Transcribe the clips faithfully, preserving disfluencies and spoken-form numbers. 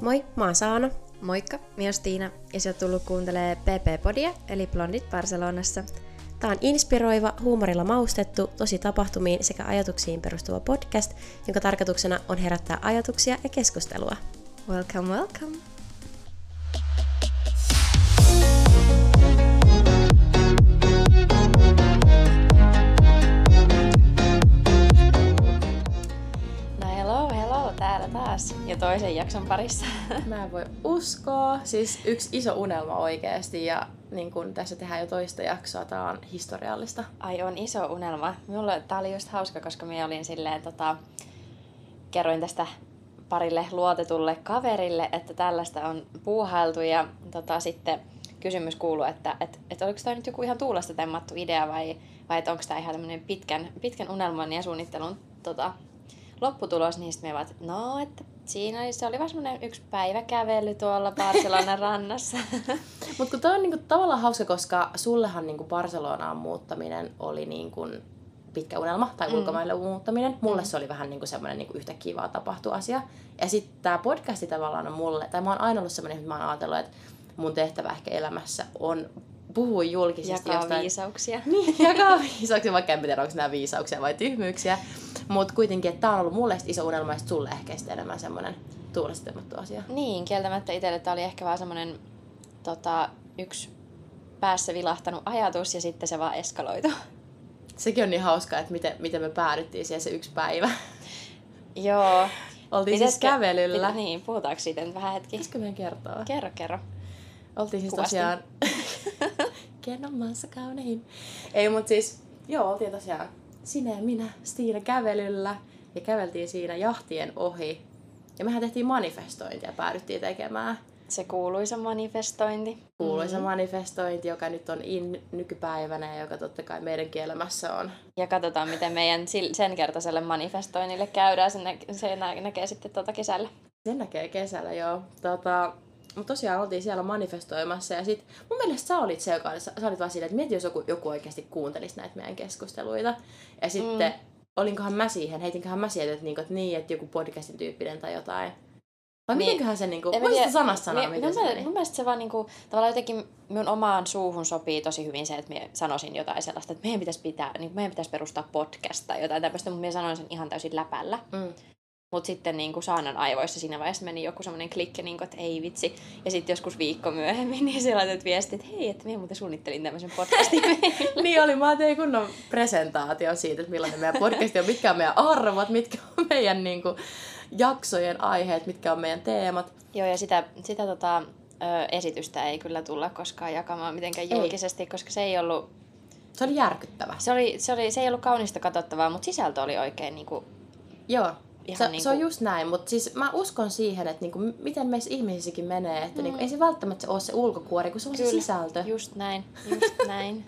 Moi, mä oon Saana. Moikka, minä oon Tiina ja sä oot tullut kuuntelee P P-podia eli Blondit Barcelonassa. Tää on inspiroiva, huumorilla maustettu, tosi tapahtumiin sekä ajatuksiin perustuva podcast, jonka tarkoituksena on herättää ajatuksia ja keskustelua. Welcome, welcome! No hello, hello, täällä taas ja toisen jakson parissa. Mä en voi uskoa. Siis yksi iso unelma oikeesti ja niin kun tässä tehdään jo toista jaksoa, tää on historiallista. Ai on iso unelma. Mulla tää oli just hauska, koska minä olin silleen tota, kerroin tästä parille luotetulle kaverille, että tällaista on puuhailtu ja tota, sitten kysymys kuului, että et, et oliko tämä nyt joku ihan tuulesta temmattu idea vai, vai että onko tämä ihan tämmöinen pitkän, pitkän unelman ja suunnittelun tota, lopputulos, niin sitten me vaan, että no, että siinä oli, se oli vaan semmoinen yksi päiväkävely tuolla Barcelonan rannassa. Mut kun toi on niinku tavallaan hauska, koska sullehan niinku Barcelonaan muuttaminen oli niinku pitkä unelma, tai mm. ulkomaille muuttaminen. Mulle mm. se oli vähän niinku semmoinen niinku yhtäkkiä vaan tapahtu asia. Ja sitten tää podcasti tavallaan on mulle, tai mä oon aina ollut semmoinen, että mä oon ajatellut, että mun tehtävä ehkä elämässä on puhua julkisesti jakaa jostain. viisauksia. Niin, jakaa viisauksia, vaikka en tiedä, onko nämä viisauksia vai tyhmyyksiä. Mutta kuitenkin, että tää on ollut mulle iso unelma, ja sulle ehkä sitten enemmän semmoinen tuulestettu asia. Niin, kieltämättä itselle tää oli ehkä vaan semmoinen tota, yksi päässä vilahtanut ajatus, ja sitten se vaan eskaloitu. Sekin on niin hauskaa, että miten, miten me päädyttiin siihen se yksi päivä. Joo. Oltiin siis kävelyllä. Pitä, niin, puhutaanko siitä nyt vähän hetki? Pitäisikö meidän kertoa? Kerro, kerro. Oltiin siis Kuvasti. tosiaan... Kerron maassa kaunein. Ei, mut siis... Joo, oltiin tosiaan sinä ja minä, Stiina kävelyllä. Ja käveltiin siinä jahtien ohi. Ja mehän tehtiin manifestointia ja päädyttiin tekemään. Se kuuluisa manifestointi. Kuuluisa mm-hmm. manifestointi, joka nyt on in nykypäivänä ja joka totta kai meidänkin elämässä on. Ja katsotaan, miten meidän sen kertaiselle manifestoinnille käydään. Se, nä- se nä- näkee sitten tuota kesällä. Sen näkee kesällä, joo. Tota, mutta tosiaan oltiin siellä manifestoimassa ja sit mun mielestä sä olit se, joka sä olit vaan silleen, että mieti, jos joku, joku oikeasti kuuntelisi näitä meidän keskusteluita. Ja sitten mm. olinkohan mä siihen, heitinköhän mä siihen, että, niinku, että niin, että joku podcastin tyyppinen tai jotain. Vai niin, mitenköhän se niinku, voisitko sanasta sanoa, mi- miten mi- se meni? Mun mielestä se vaan niinku, tavallaan jotenkin mun omaan suuhun sopii tosi hyvin se, että mä sanoisin jotain sellaista, että meidän pitäisi, pitää, niin meidän pitäisi perustaa podcast tai jotain tämmöistä, mutta mä sanoin sen ihan täysin läpällä. Mm. Mutta sitten niin Saanan aivoissa siinä vaiheessa meni joku semmoinen klikki, niin kuin, että ei vitsi. Ja sitten joskus viikko myöhemmin niin siellä laitat viestit, että hei, että minä muuten suunnittelin tämmöisen podcastin. Niin oli, mä tein kunnon presentaatio siitä, että millainen meidän podcast on, mitkä on meidän arvot, mitkä on meidän niin kuin, jaksojen aiheet, mitkä on meidän teemat. Joo, ja sitä, sitä tota, ö, esitystä ei kyllä tulla koskaan jakamaan mitenkään julkisesti, ei. Koska se ei ollut... Se oli järkyttävä. Se, oli, se, oli, se ei ollut kaunista katsottavaa, mutta sisältö oli oikein niin kuin... Joo. Se, niinku... se on just näin, mutta siis mä uskon siihen, että niinku, miten meissä ihmisissäkin menee, että mm. niinku, ei se välttämättä ole se ulkokuori, kun se on Kyllä, se sisältö. Just näin, just näin.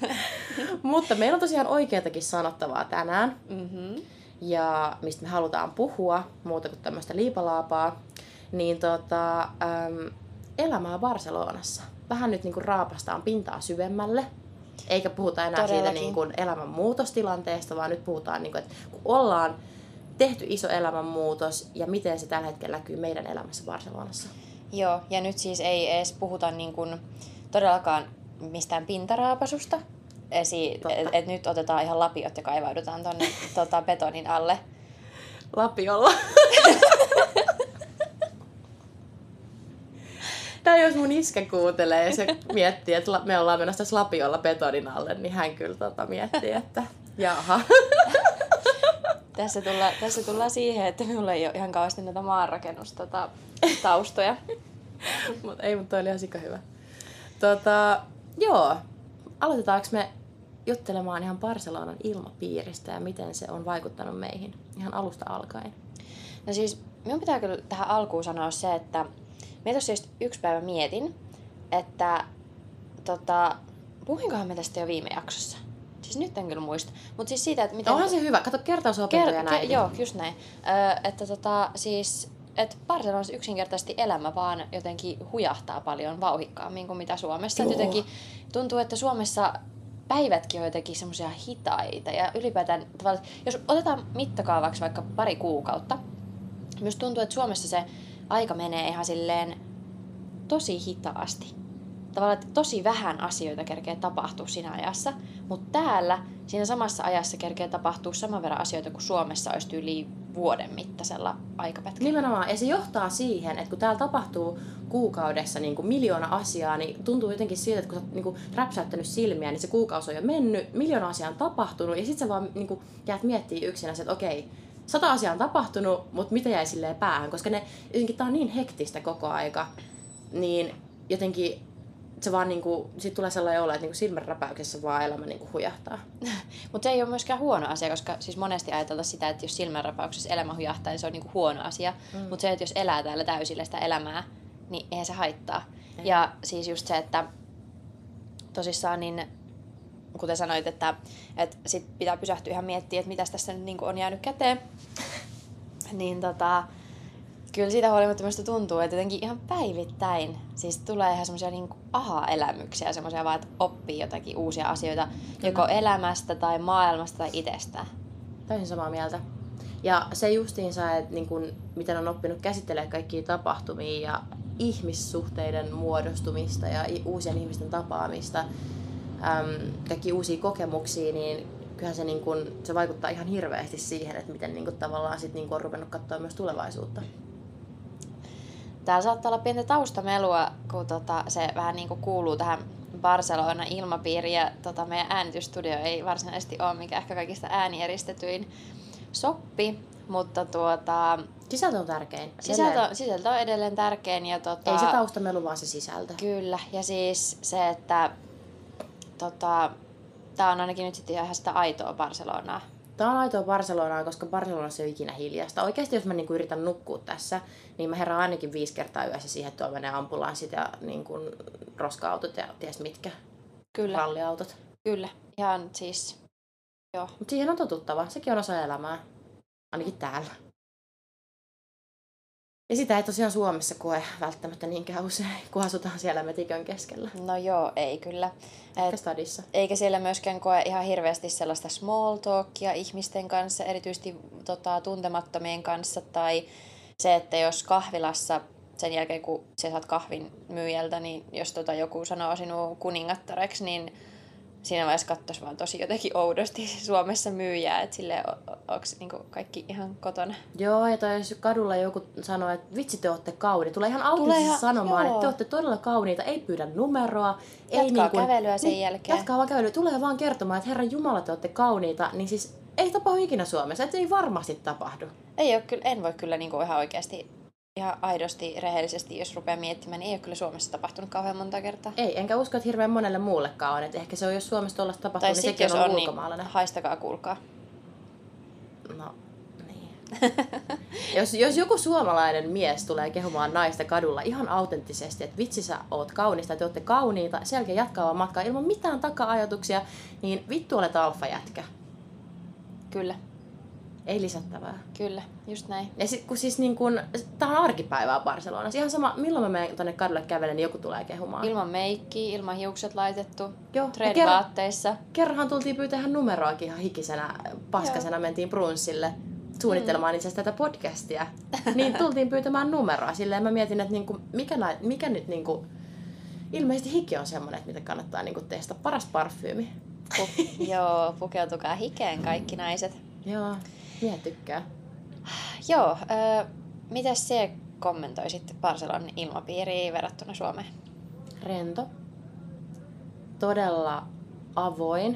Mutta meillä on tosiaan oikeatakin sanottavaa tänään, Mm-hmm. ja mistä me halutaan puhua, muuta kuin tämmöistä liipalaapaa, niin tota, äm, elämää Barcelonassa. Vähän nyt niinku raapastaan pintaa syvemmälle, eikä puhuta enää Todellakin. siitä niinku elämän muutostilanteesta, vaan nyt puhutaan, niinku, että kun ollaan tehty iso elämänmuutos ja miten se tällä hetkellä näkyy meidän elämässä Barcelonassa. Joo, ja nyt siis ei edes puhuta niin kuin todellakaan mistään pintaraapasusta. Että et nyt otetaan ihan lapiot ja kaivaudutaan tonne tota, betonin alle. Lapiolla. Tai jos mun iskä kuuntelee ja se miettii, että me ollaan menossa tässä lapiolla betonin alle, niin hän kyllä tota miettii, että jaha. Tässä tullaan, tässä tullaan siihen, että minulla ei ole ihan kauheasti näitä maanrakennustaustoja. Mut ei, mutta toi oli ihan sika hyvä. Tota, joo, aloitetaanko me juttelemaan ihan Barcelonan ilmapiiristä ja miten se on vaikuttanut meihin ihan alusta alkaen? No siis, minun pitää kyllä tähän alkuun sanoa se, että minä tuossa just yksi päivä mietin, että tota, puhuinkohan me tästä jo viime jaksossa? Siis nyt en kyllä muista. Mut siis siitä, että miten... Onhan se hyvä. Kato kertausopintoja Ker- näin. Ke- joo, just näin. Öö, että tota, siis... Että Barcelonassa yksinkertaisesti elämä vaan jotenkin hujahtaa paljon vauhikkaammin kuin mitä Suomessa. Jotenkin tuntuu, että Suomessa päivätkin on jotenkin semmoisia hitaita. Ja ylipäätään, jos otetaan mittakaavaksi vaikka pari kuukautta, myös tuntuu, että Suomessa se aika menee ihan silleen tosi hitaasti. Tavallaan, että tosi vähän asioita kerkee tapahtua siinä ajassa, mutta täällä siinä samassa ajassa kerkee tapahtua saman verran asioita kuin Suomessa olisi tyyliin vuoden mittaisella aikapätkällä. Nimenomaan, ja se johtaa siihen, että kun täällä tapahtuu kuukaudessa niin kuin miljoona asiaa, niin tuntuu jotenkin siltä, että kun sä oot niin kuin räpsäyttänyt silmiä, niin se kuukausi on jo mennyt, miljoona asiaa on tapahtunut, ja sit sä vaan niin kuin jäät miettimään yksinänsä, että okei, sata asiaa on tapahtunut, mutta mitä jäi silleen päähän, koska ne, jotenkin tää on niin hektistä koko aika, niin jotenkin se vaan niinku, sit tulee sellainen olo, että niinku silmänräpäyksessä vaan elämä niinku hujahtaa. Mutta se ei ole myöskään huono asia, koska siis monesti ajatellaan sitä, että jos silmänräpäyksessä elämä hujahtaa, niin se on niinku huono asia. Mm. Mutta se, että jos elää täällä täysillä sitä elämää, niin eihän se haittaa. Ei. Ja siis just se, että tosissaan niin, kuten sanoit, että, että sit pitää pysähtyä ihan miettiä, että mitäs tässä nyt niinku on jäänyt käteen. niin tota... Kyllä siitä huolimatta minusta tuntuu, että jotenkin ihan päivittäin siis tulee ihan semmoisia niin aha-elämyksiä, semmoisia vaan, että oppii jotakin uusia asioita, Kyllä. joko elämästä tai maailmasta tai itsestään. Täysin samaa mieltä. Ja se justiinsa, että niin kun, miten on oppinut käsittelemään kaikkia tapahtumia ja ihmissuhteiden muodostumista ja uusien ihmisten tapaamista, äm, kaikkia uusia kokemuksia, niin kyllähän se, niin kun, se vaikuttaa ihan hirveästi siihen, että miten niin kun, tavallaan sit, niin kun, on ruvennut katsoa myös tulevaisuutta. Täällä saattaa olla pientä taustamelua, kun tota, se vähän niin kuin kuuluu tähän Barcelonan ilmapiiriin. Ja tota, meidän äänitysstudio ei varsinaisesti ole mikä ehkä kaikista äänieristetyin soppi, mutta tuota, sisältö on tärkein. Sisältö, sisältö on edelleen tärkein. Ja, tota, ei se taustamelu, vaan se sisältö. Kyllä, ja siis se, että tota, tää on ainakin nyt sitten ihan sitä aitoa Barcelonaa. Tää on aitoa Barcelonaa, koska Barcelonassa ei ole ikinä hiljasta. Oikeasti jos mä niinku yritän nukkua tässä, niin mä herään ainakin viisi kertaa yössä siihen, että tuolla menee ambulanssit ja niinku roska-autot ja ties mitkä. Kyllä. Ralliautot. Kyllä, ihan siis, joo. Mut siihen on totuttava, sekin on osa elämää. Ainakin täällä. Ja sitä ei tosiaan Suomessa koe välttämättä niinkään usein, kun asutaan siellä metikön keskellä. No joo, ei kyllä. Ehkä stadissa. Eikä siellä myöskään koe ihan hirveästi sellaista small talkia ihmisten kanssa, erityisesti tota, tuntemattomien kanssa. Tai se, että jos kahvilassa sen jälkeen, kun sä saat kahvin myyjältä, niin jos tota, joku sanoo sinua kuningattareksi, niin siinä vaiheessa katsoisi vaan tosi jotenkin oudosti Suomessa myyjää, että silleen, onko niinku kaikki ihan kotona. Joo, ja tai jos kadulla joku sanoo, että vitsi te ootte kauniita, tulee ihan autisesti sanomaan, joo. että te ootte todella kauniita, ei pyydä numeroa. Jatkaa ei niin kuin, kävelyä sen niin, jälkeen. Jatkaa vaan kävelyä, tulee vaan kertomaan, että Herran Jumala te ootte kauniita, niin siis ei tapahdu ikinä Suomessa, että ei varmasti tapahdu. Ei ole, en voi kyllä niinku ihan oikeasti, ihan aidosti, rehellisesti, jos rupeaa miettimään, niin ei ole kyllä Suomessa tapahtunut kauhean monta kertaa. Ei, enkä usko, että hirveän monelle muullekaan on. Että ehkä se on, jos Suomessa tuollaista tapahtuu, tai niin sit, sekin jos on, on ulkomaalainen. Niin haistakaa, kuulkaa. No, niin. jos, jos joku suomalainen mies tulee kehumaan naista kadulla ihan autenttisesti, että vitsi sä oot kaunista, te ootte kauniita, sen jälkeen jatkaa vaan matkaa ilman mitään taka-ajatuksia, niin vittu olet alfajätkä. Kyllä. Ei lisättävää. Kyllä, just näin. Ja sit, kun siis niin kun, tää on arkipäivää Barcelonassa. Ihan sama, milloin mä menen tonne kadulle kävelen, niin joku tulee kehumaan. Ilman meikkiä, ilman hiukset laitettu, Joo, trend-vaatteissa. Kerranhan tultiin pyytämään numeroakin ihan hikisenä, paskasena. Joo. Mentiin brunssille suunnittelemaan mm. itse asiassa tätä podcastia. Niin tultiin pyytämään numeroa. Silleen mä mietin, että niinku, mikä, na, mikä nyt niinku, ilmeisesti hiki on semmonen, että mitä kannattaa niinku testata. Paras parfyymi. Pu- joo, pukeutukaa hikeen kaikki naiset. Joo, minä tykkään. Joo, äh, mitäs se kommentoisit Barcelonan ilmapiiriin verrattuna Suomeen? Rento. Todella avoin.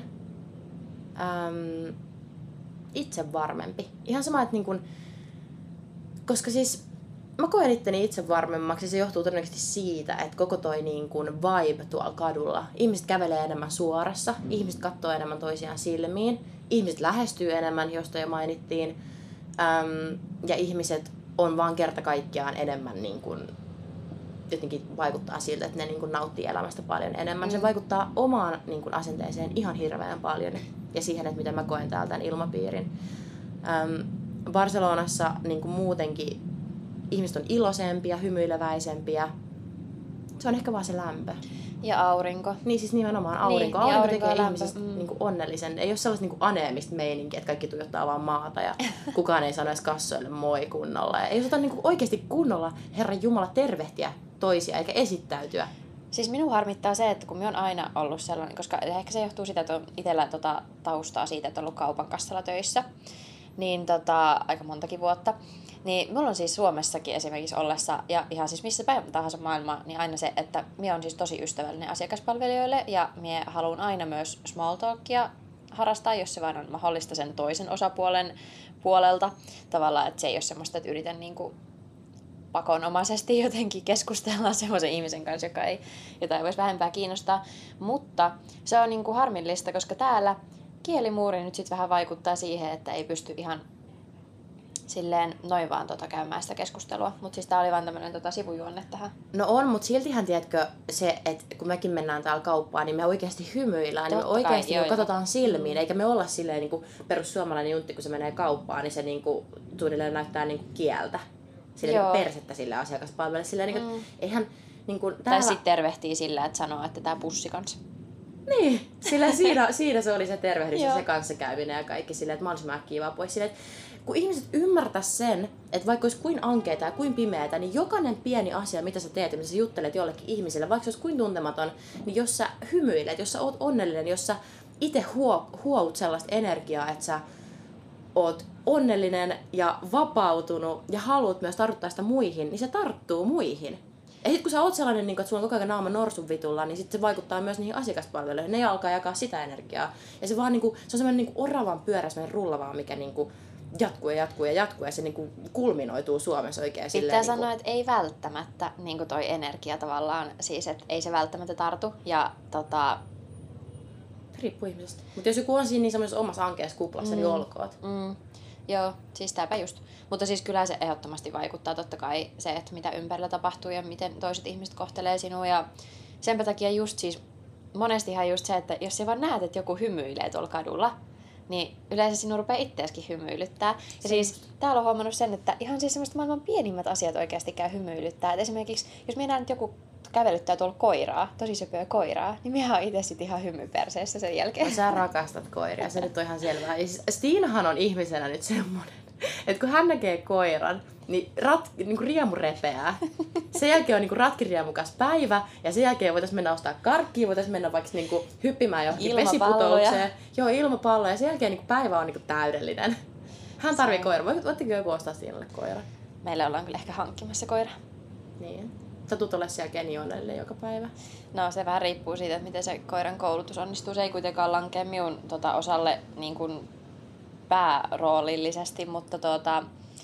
Ähm, itse varmempi. Ihan sama, että niin kun, koska siis mä koen itteni itse varmemmaksi, se johtuu todennäköisesti siitä, että koko toi niin kun vibe tuolla kadulla. Ihmiset kävelee enemmän suorassa, ihmiset katsoo enemmän toisiaan silmiin, ihmiset lähestyy enemmän, josta jo mainittiin, ähm, ja ihmiset on vaan kerta kaikkiaan enemmän niin kun, jotenkin vaikuttaa siltä, että ne niin kun nauttii elämästä paljon enemmän. Mm. Se vaikuttaa omaan niin kun asenteeseen ihan hirveän paljon ja siihen, että miten mä koen täällä tämän ilmapiirin. Ähm, Barcelonassa niin kun muutenkin ihmiset on iloisempia, hymyileväisempiä. Se on ehkä vaan se lämpö. Ja aurinko. Niin siis nimenomaan aurinko. Niin, aurinko niin tekee aurinko ihmisestä mm. niinku onnellisen. Ei ole sellaista niinku aneemista meininkiä, että kaikki tuijottaa vaan maata ja kukaan ei sano edes kassoille moi kunnolla. Ja ei osata niinku oikeasti kunnolla, Herran Jumala, tervehtiä toisia eikä esittäytyä. Siis minun harmittaa se, että kun minä on aina ollut sellainen, koska ehkä se johtuu siitä, että on itsellä tota taustaa siitä, että on ollut kaupan kassalla töissä, niin tota, aika montakin vuotta. Niin minulla on siis Suomessakin esimerkiksi ollessa, ja ihan siis missä päin tahansa maailmaa, niin aina se, että minä on siis tosi ystävällinen asiakaspalvelijoille, ja minä haluan aina myös small talkia harrastaa, jos se vain on mahdollista sen toisen osapuolen puolelta. Tavallaan, että se ei ole semmoista, että yritän niinku pakonomaisesti jotenkin keskustella semmoisen ihmisen kanssa, joka ei, jota ei voisi vähempää kiinnostaa. Mutta se on niinku harmillista, koska täällä kielimuuri nyt sitten vähän vaikuttaa siihen, että ei pysty ihan silleen noin vaan tota käymään sitä keskustelua. Mutta siis tää oli vaan tämmönen tota sivujuonne tähän. No on, mutta siltihän tiedätkö se, että kun mekin mennään täällä kauppaan, niin me oikeasti hymyillään, niin me oikeasti kai, katsotaan silmiin, eikä me olla silleen niin kuin perussuomalainen juntti, kun se menee kauppaan, niin se niin kuin, suunnilleen näyttää niin kuin kieltä. Silleen niin persettä sille asiakaspalvelulle. Silleen, niin kuin, mm. eihän, niin kuin, täällä... Tai sitten tervehtii sillä, että sanoo, että tää pussi kanssa. Niin, sillä siinä, siinä se oli se tervehdys ja se kanssakäyminen ja kaikki silleen, että mahdollisimman äkkiä vaan pois. Silleen, kun ihmiset ymmärtäis sen, että vaikka olisi kuin ankeita ja kuin pimeätä, niin jokainen pieni asia, mitä sä teet ja mitä sä juttelet jollekin ihmiselle, vaikka se olisi kuin tuntematon, niin jos sä hymyilet, jos sä oot onnellinen, jos sä itse huo, huout sellaista energiaa, että sä oot onnellinen ja vapautunut ja haluat myös tartuttaa sitä muihin, niin se tarttuu muihin. Ja sit kun sä oot sellainen, että sulla on koko ajan naama norsun vitulla, niin sit se vaikuttaa myös niihin asiakaspalveluihin. Ne alkaa jakaa sitä energiaa. Ja se vaan niinku, se on semmoinen niinku oravan pyörä, semmoinen rullavaa, mikä niinku jatkuu ja jatkuu ja jatkuu ja se niinku kulminoituu Suomessa oikein silleen. Pitää niinku... sanoa, että ei välttämättä niinku toi energia tavallaan, siis että ei se välttämättä tartu. Ja tota... Riippuu ihmisestä. Mutta jos joku on siinä niin semmoisessa omassa ankeassa kuplassa, mm. niin olkoot. Mm. Joo, siis tääpä just. Mutta siis kyllä se ehdottomasti vaikuttaa totta kai se, että mitä ympärillä tapahtuu ja miten toiset ihmiset kohtelee sinua. Ja senpä takia just siis, monestihan just se, että jos sä vaan näet, että joku hymyilee tuolla kadulla, niin yleensä sinua rupeaa itseäskin hymyilyttää. Ja siis täällä on huomannut sen, että ihan siis semmoista maailman pienimmät asiat oikeasti käy hymyilyttää. Et esimerkiksi, jos minä näen, että joku kävelyttää tuolla koiraa, tosi söpöä koiraa, niin minä olen itse sitten ihan hymyperseessä sen jälkeen. No sä rakastat koiria, se nyt on ihan selvää. Ja siis Stiinahan on ihmisenä nyt semmonen, että kun hän näkee koiran, niin, rat, niin kuin riemu repeää. Sen jälkeen on niin kuin ratkiriemukas päivä ja sen jälkeen voitaisiin mennä ostaa karkkia, voitaisiin mennä vaikka niin kuin hyppimään johonkin vesiputoukseen. Joo, ilmapallo ja sen jälkeen niin kuin päivä on niin kuin täydellinen. Hän tarvii koiraa. Voitteko joku ostaa Stiinalle koira? Meillä ollaan kyllä ehkä hankkimassa koira. Niin. Sä tulet olemaan siellä Keni onnellinen joka päivä. No se vähän riippuu siitä, että miten se koiran koulutus onnistuu. Se ei kuitenkaan lankea minun tota, osalle niin kuin pääroolillisesti, mutta tuota,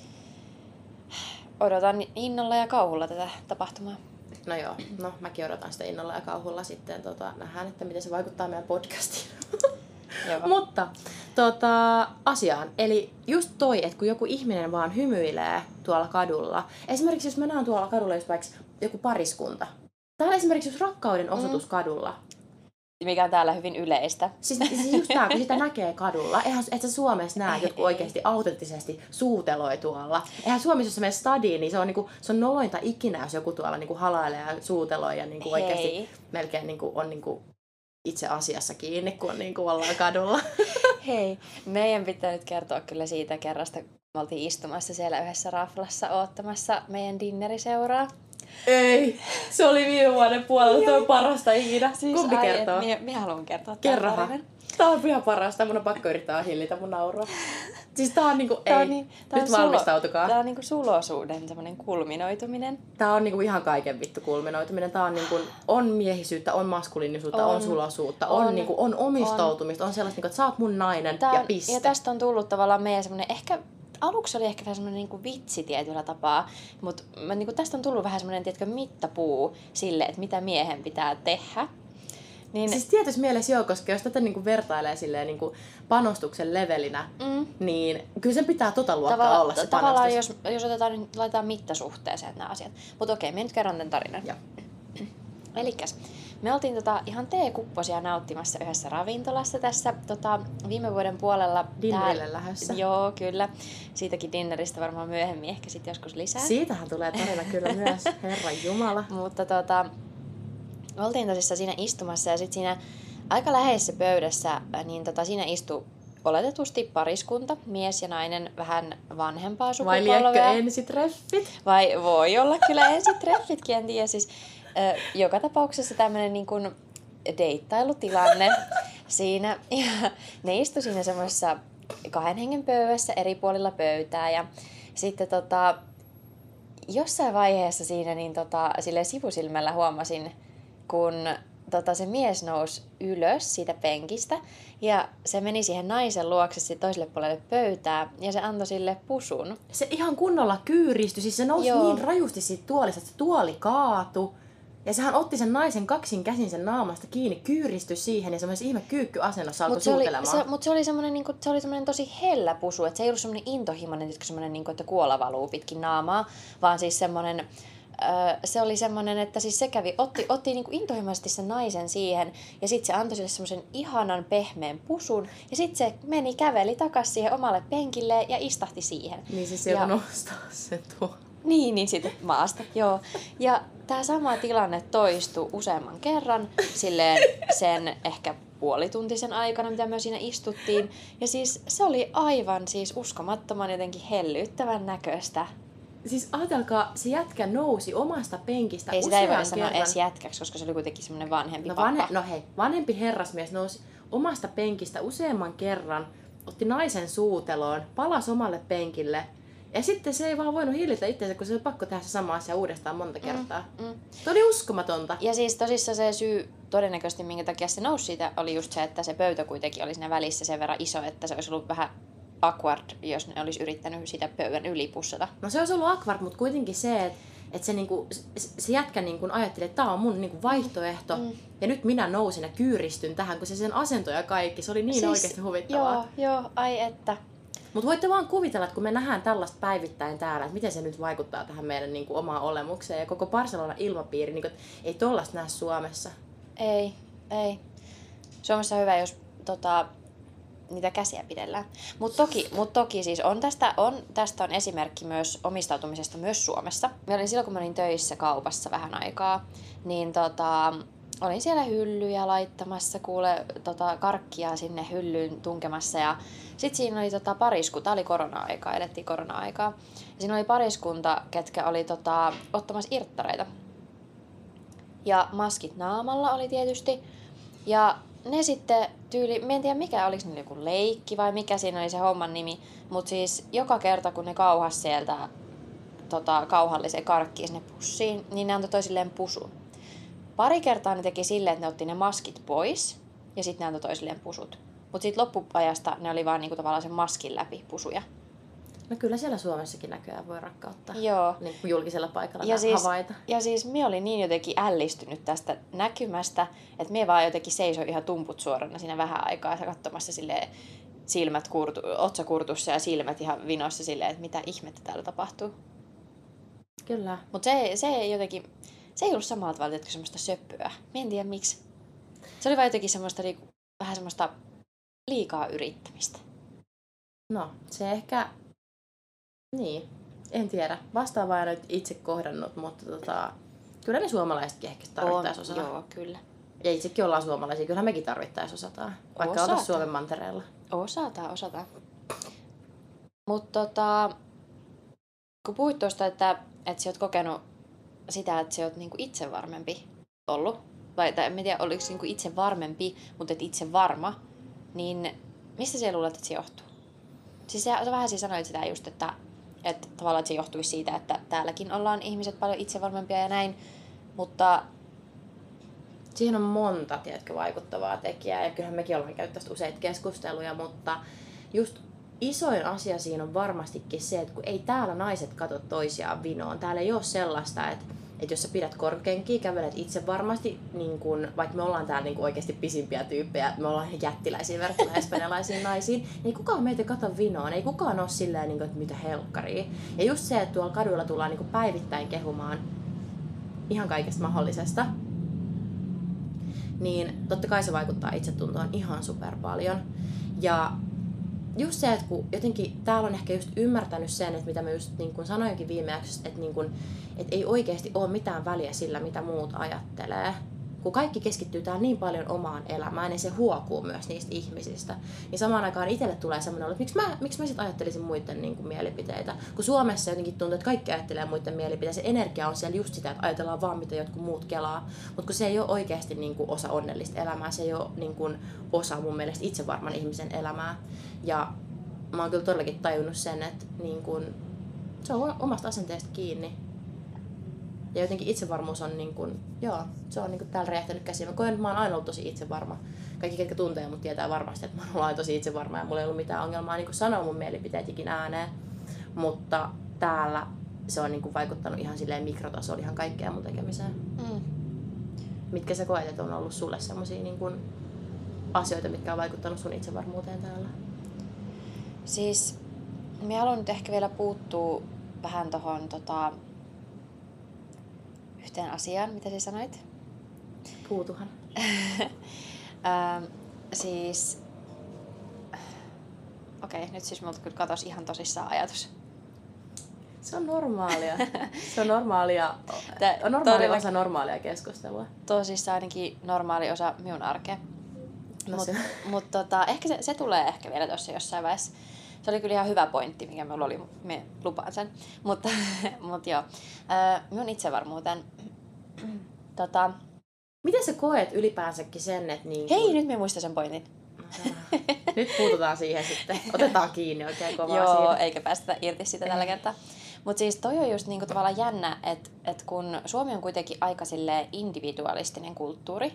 odotan innolla ja kauhulla tätä tapahtumaa. No joo, no mäkin odotan sitä innolla ja kauhulla sitten. Tota, nähdään, että miten se vaikuttaa meidän podcastiin. Mutta tota, asiaan. Eli just toi, että kun joku ihminen vaan hymyilee tuolla kadulla. Esimerkiksi jos mä näen tuolla kadulla jos vaikka joku pariskunta. Tai esimerkiksi jos rakkauden osoitus mm. kadulla. Mikä on täällä hyvin yleistä. Siis, siis just tää, kun sitä näkee kadulla. Eihän et sä Suomessa näe jotkut oikeesti autenttisesti suuteloi tuolla. Eihän Suomessa, jos sä menet stadiin, niin se on, niinku, se on nolointa ikinä, jos joku tuolla niinku halailee ja suuteloi ja niinku oikeesti melkein niinku, on niinku itse asiassa kiinni, kun on niinku ollaan kadulla. Hei, meidän pitää nyt kertoa kyllä siitä kerrasta, kun me oltiin istumassa siellä yhdessä raflassa oottamassa meidän dinneriseuraa. Ei, se oli viime vuoden puolella, toi parasta ikinä. Siis Kumpi ai, kertoo? Minä, minä haluan kertoa tämän tarinan. Tää on ihan parasta, mun on pakko yrittää hillitä mun naurua. Siis tää on niinku, tää ei, on niin, tää nyt on valmistautukaa. Sulo, tää on niinku suloisuuden semmonen kulminoituminen. Tää on niinku ihan kaiken vittu kulminoituminen. Tää on niinku, on miehisyyttä, on maskuliinisuutta, on, on suloisuutta, on, on, niinku, on omistautumista, on, on sellaista, niinku, että sä oot mun nainen tää, ja piste. Ja tästä on tullut tavallaan meidän semmonen, ehkä aluksi oli ehkä vähän semmoinen niinku vitsi tietyllä tapaa, mutta niinku tästä on tullut vähän semmoinen tiedätkö, mittapuu sille, että mitä miehen pitää tehdä. Niin, siis tietysti mielessä joo, koska jos tätä niinku vertailee silleen niinku panostuksen levelinä, mm. niin kyllä sen pitää tota luokkaa Tavalla, olla se tavallaan panostus. jos, jos otetaan, niin laitetaan mittasuhteeseen nämä asiat. Mutta okei, minä nyt kerron tämän tarinan. Joo. Elikkäs, me oltiin tota ihan teekupposia nauttimassa yhdessä ravintolassa tässä tota, viime vuoden puolella. Dinnerille lähdössä. Joo, kyllä. Siitäkin dinneristä varmaan myöhemmin, ehkä sitten joskus lisää. Siitähän tulee tarina kyllä myös, Herran Jumala. Mutta tota, oltiin tosissaan siinä istumassa ja sitten siinä aika läheisessä pöydässä, niin tota, siinä istui oletetusti pariskunta, mies ja nainen, vähän vanhempaa sukupolvea. Vai liekö ensitreffit? Vai voi olla kyllä ensitreffitkin, en tiedä. Siis, ö, joka tapauksessa tämmöinen niin kuin deittailutilanne siinä. Ja ne istui siinä semmoisessa kahden hengen pöydässä eri puolilla pöytää. Ja sitten tota, jossain vaiheessa siinä niin tota, silleen sivusilmällä huomasin, kun tota, se mies nousi ylös siitä penkistä ja se meni siihen naisen luokse toiselle puolelle pöytää ja se antoi sille pusun. Se ihan kunnolla kyyristyi, siis se nousi Joo. niin rajusti siitä tuolista, että se tuoli kaatui. Ja sehän otti sen naisen kaksin käsin sen naamasta kiinni, kyyristyi siihen ja semmoisessa ihme kyykkyasennossa alkoi suutelemaan. Se, mutta se oli semmoinen niinku, se oli semmoinen tosi hellä pusu, että se ei ollut semmoinen intohimoinen, semmoinen niinku, että kuola valuu pitkin naamaa, vaan siis semmoinen se oli semmoinen, että siis se kävi, otti, otti niinku intohimoisesti sen naisen siihen ja sitten se antoi sille semmoisen ihanan pehmeän pusun ja sitten se meni käveli takaisin siihen omalle penkille ja istahti siihen. Niin siis se nostaa se tuo. Niin, niin sitten maasta, joo. Ja tämä sama tilanne toistui useamman kerran silleen sen ehkä puolituntisen aikana, mitä me siinä istuttiin. Ja siis se oli aivan siis uskomattoman jotenkin hellyttävän näköistä. Siis ajatelkaa, se jätkä nousi omasta penkistä ei usean sitä ei voi sanoa kerran. edes jätkäksi, koska se oli kuitenkin semmoinen vanhempi no, pappa. vanhe, no hei, vanhempi herrasmies nousi omasta penkistä useamman kerran, otti naisen suuteloon, palasi omalle penkille. Ja sitten se ei vaan voinut hillitä itseänsä, kun se oli pakko tehdä se sama asia uudestaan monta kertaa. Mm, mm. Se oli uskomatonta. Ja siis tosissaan se syy todennäköisesti, minkä takia se nousi siitä, oli just se, että se pöytä kuitenkin oli siinä välissä sen verran iso, että se olisi ollut vähän awkward, jos ne olisi yrittänyt sitä pöydän yli pussata. No se olisi ollut awkward, mutta kuitenkin se, että et se, niinku, se jätkä niinku ajatteli, että tämä on mun niinku vaihtoehto. Mm. Ja nyt minä nousin ja kyyristyn tähän, kun se sen asento ja kaikki, se oli niin siis, oikeasti huvittavaa. Joo, joo, ai että. Mutta voitte vaan kuvitella, että kun me nähdään tällaista päivittäin täällä, että miten se nyt vaikuttaa tähän meidän niinku omaan olemukseen ja koko Barcelonan ilmapiiri, niinku, ei tollaista näe Suomessa. Ei, ei. Suomessa on hyvä, jos tota, niitä käsiä pidellään. Mutta toki, mut toki siis on tästä, on, tästä on esimerkki myös omistautumisesta myös Suomessa. Mä olin silloin, kun mä olin töissä kaupassa vähän aikaa, niin tota, olin siellä hyllyjä laittamassa, kuule tota, karkkia sinne hyllyyn tunkemassa ja sitten siinä oli tota, pariskunta, tää oli korona-aikaa, elettiin korona-aikaa. Ja siinä oli pariskunta, ketkä oli tota, ottamassa irttareita. Ja maskit naamalla oli tietysti. Ja ne sitten tyyli, mä en tiedä mikä, oliko niillä joku leikki vai mikä siinä oli se homman nimi. Mutta siis joka kerta kun ne kauhas sieltä tota, kauhallisen karkkiin sinne pussiin, niin ne antoi toisilleen pusun. Pari kertaa ne teki silleen, että ne otti ne maskit pois ja sitten ne antoi toisilleen pusut. Mutta sitten loppuajasta ne oli vaan niinku tavallaan sen maskin läpi pusuja. No kyllä siellä Suomessakin näköjään voi rakkauttaa. Joo. Niin julkisella paikalla ja siis, havaita. Ja siis minä olin niin jotenkin ällistynyt tästä näkymästä, että minä vaan jotenkin seisoin ihan tumput suorana siinä vähän aikaa katsomassa silleen silmät kurtu, otsa kurtussa ja silmät ihan vinossa silleen, että mitä ihmettä täällä tapahtuu. Kyllä. Mutta se, se ei jotenkin, se ei ollut samalla tavalla kuin semmoista söppöä. Mä en tiedä miksi. Se oli vaan jotenkin semmoista vähän semmoista liikaa yrittämistä. No, se ehkä... Niin, en tiedä. Vastaavaa en nyt itse kohdannut, mutta tota, kyllä ne suomalaisetkin ehkä tarvittaisiin osata. Joo, kyllä. Ja itsekin ollaan suomalaisia, kyllähän mekin tarvittaisiin osataan. Vaikka oltaisiin Suomen mantereella. Osataan, osataan. Mutta tota, kun puhuit tuosta, että, että sä oot kokenut sitä, että sä oot niinku itse varmempi ollut, vai tai en tiedä, oliko niinku itse varmempi, mutta et itse varma, niin mistä sä luulet, että se johtuu? Siis sä, sä vähän siis sanoit sitä just, että, että tavallaan että se johtuisi siitä, että täälläkin ollaan ihmiset paljon itsevarmempia ja näin, mutta... Siihen on monta, tiedätkö, vaikuttavaa tekijää, ja kyllähän mekin ollaan käynyt tästä useita keskusteluja, mutta just isoin asia siinä on varmastikin se, että kun ei täällä naiset katso toisiaan vinoon, täällä ei ole sellaista, että että jos sä pidät korkeinkin, kävelet itse varmasti, niin kun, vaikka me ollaan täällä niin kun oikeasti pisimpiä tyyppejä, me ollaan jättiläisiä verrattuna espanjalaisiin naisiin, niin ei kukaan meitä kato vinoon, ei kukaan ole silleen, niin kun, että mitä helkkaria. Ja just se, että tuolla kadulla tullaan niin kun päivittäin kehumaan ihan kaikesta mahdollisesta, niin totta kai se vaikuttaa itsetuntoon ihan super paljon. Ja just se, että kun jotenkin täällä on ehkä just ymmärtänyt sen, että mitä mä just niin kuin sanoinkin viimeksi, että, niin kuin, että ei oikeasti ole mitään väliä sillä, mitä muut ajattelee. kun kaikki keskittyy täällä niin paljon omaan elämään, niin se huokuu myös niistä ihmisistä. Niin samaan aikaan itselle tulee semmoinen olo, että miksi mä, miksi mä sit ajattelisin muiden niin kuin mielipiteitä. Kun Suomessa jotenkin tuntuu, että kaikki ajattelee muiden mielipiteitä. Se energia on siellä just sitä, että ajatellaan vaan mitä jotkut muut kelaa. Mutta kun se ei ole oikeasti niin kuin osa onnellista elämää, se ei ole niin kuin osa mun mielestä itsevarman ihmisen elämää. Ja mä oon kyllä todellakin tajunnut sen, että niin kuin, se on omasta asenteesta kiinni. Ja jotenkin itsevarmuus on niin kuin, joo, se on niin kuin täällä räjähtänyt käsiin. Mä koen, että mä oon aina ollut tosi itsevarma. Kaikki, ketkä tuntee mut, tietää varmasti, että mä oon aina tosi itsevarma ja mulla ei ollut mitään ongelmaa niin kuin sanoa mun mielipiteet ikinä ääneen. Mutta täällä se on niin kuin vaikuttanut ihan silleen mikrotasolla ihan kaikkea mun tekemiseen. Mm. Mitkä sä koet, että on ollut sulle semmosia niin kuin asioita, mitkä on vaikuttanut sun itsevarmuuteen täällä? Siis mä haluan nyt ehkä vielä puuttua vähän tohon tota, yhteen asiaan, mitä sä sanoit. Puutuhan. ähm, siis... Okei, okay, nyt siis multa kyllä katosi ihan tosissaan ajatus. Se on normaalia. Se on normaalia, Tää, on normaalia todella, osa normaalia keskustelua. Tosissaan ainakin normaali osa minun arkea. No Mutta mut, tota, ehkä se, se tulee ehkä vielä tuossa jossain vaiheessa. Se oli kyllä ihan hyvä pointti, mikä minulla oli, me lupaan sen. Mutta mut joo, äh, minun itsevarmuuteen. tota... Miten sä koet ylipäänsäkin sen, että niin Hei, kun... nyt me muistan sen pointin. Nyt puututaan siihen sitten. Otetaan kiinni oikein kovaa Joo, siitä. eikä päästä irti sitä tällä kertaa. Mutta siis toi on just niinku tavallaan jännä, että et kun Suomi on kuitenkin aika silleen individualistinen kulttuuri.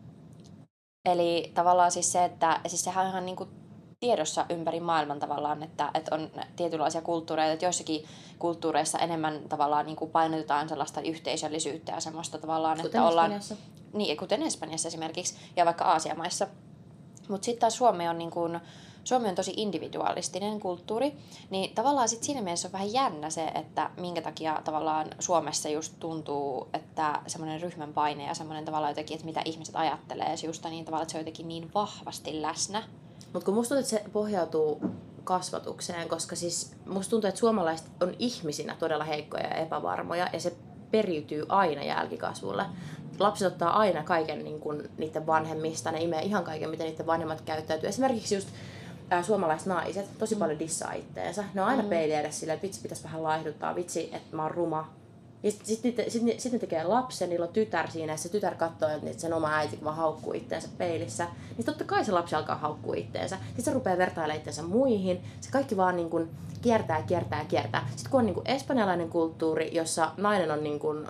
Eli tavallaan siis se, että siis sehän on ihan niinku tiedossa ympäri maailman tavallaan, että, että on tietynlaisia kulttuureita, että joissakin kulttuureissa enemmän tavallaan niin kuin painotetaan sellaista yhteisöllisyyttä ja semmoista tavallaan, kuten että ollaan... Espanjassa. Niin, kuten Espanjassa esimerkiksi ja vaikka Aasiamaissa. Mutta sitten taas Suomi on, niin kuin, Suomi on tosi individualistinen kulttuuri, niin tavallaan sit siinä mielessä on vähän jännä se, että minkä takia tavallaan Suomessa just tuntuu, että semmoinen ryhmän paine ja semmoinen tavallaan jotenkin, että mitä ihmiset ajattelee, se just niin tavallaan, että se on jotenkin niin vahvasti läsnä. Mutta kun musta tuntuu, että se pohjautuu kasvatukseen, koska siis musta tuntuu, että suomalaiset on ihmisinä todella heikkoja ja epävarmoja, ja se periytyy aina jälkikasvulle. Lapset ottaa aina kaiken niin kuin, niiden vanhemmista, ne imee ihan kaiken, miten niiden vanhemmat käyttäytyy. Esimerkiksi just ää, suomalaiset naiset tosi paljon dissaa itteensä. Ne on aina mm. peili edessä silleen, että vitsi pitäisi vähän laihduttaa, vitsi, että mä oon ruma. Ja sitten sit, sit, sit, sit ne tekee lapsen, niillä on tytär siinä, ja se tytär katsoo, että sen oma äiti vaan haukkuu itteensä peilissä. Niin totta kai se lapsi alkaa haukkua itteensä. Sitten se rupeaa vertailemaan itteensä muihin. Se kaikki vaan niin kuin kiertää, kiertää, kiertää. Sitten kun on niin kuin espanjalainen kulttuuri, jossa nainen on niin kuin,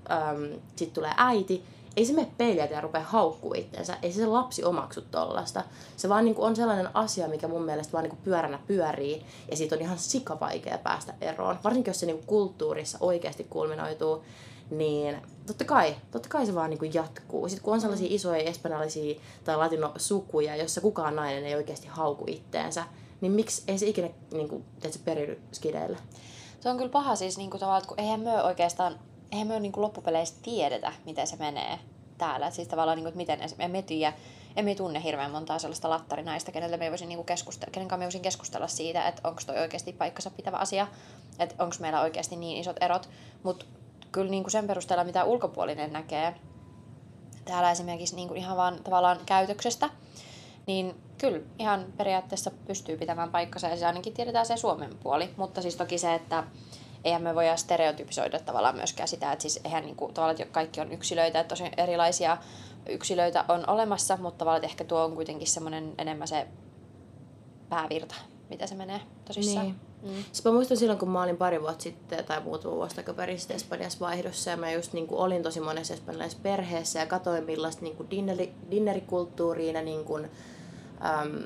äm, sit tulee äiti, ei se mene peiliä ja rupea haukkuu itteensä. Ei se lapsi omaksu tollasta. Se vaan niin kuin on sellainen asia, mikä mun mielestä vaan niin kuin pyöränä pyörii. Ja siitä on ihan sikavaikea päästä eroon. Varsinkin jos se niin kuin kulttuurissa oikeasti kulminoituu, niin totta kai, totta kai se vaan niin kuin jatkuu. Sitten kun on sellaisia isoja espanjalaisia tai latinosukuja, jossa kukaan nainen ei oikeasti hauku itteensä, niin miksi ei se ikinä niin kuin, se periydy skideille? Se on kyllä paha siis niin kuin tavallaan, että kun eihän me oikeastaan eihän me niin kuin loppupeleissä tiedetä, miten se menee täällä. Et siis tavallaan, niin kuin, että miten emme tiedä, emme tunne hirveän montaa sellaista lattarinaista, kenelle me voisin niin kuin keskustella, kenen kanssa me voisin keskustella siitä, että onko toi oikeasti paikkansa pitävä asia, että onko meillä oikeasti niin isot erot. Mutta kyllä niin kuin sen perusteella, mitä ulkopuolinen näkee täällä esimerkiksi niin kuin ihan vaan tavallaan käytöksestä, niin kyllä ihan periaatteessa pystyy pitämään paikkansa ja se ainakin tiedetään se Suomen puoli. Mutta siis toki se, että eihän me voida stereotypisoida tavallaan myöskään sitä, että siis eihän niinku, tavallaan, että kaikki on yksilöitä, että tosi erilaisia yksilöitä on olemassa, mutta tavallaan ehkä tuo on kuitenkin semmoinen enemmän se päävirta, mitä se menee tosissaan. Niin. Mm. Siis mä muistan silloin, kun mä olin pari vuotta sitten tai muutama vuosi takaperin Espanjassa vaihdossa ja mä just niin kuin olin tosi monessa espanjalaisessa perheessä ja katsoin millaista niin kuin dinneri, dinnerikulttuuria ne niin kuin, äm,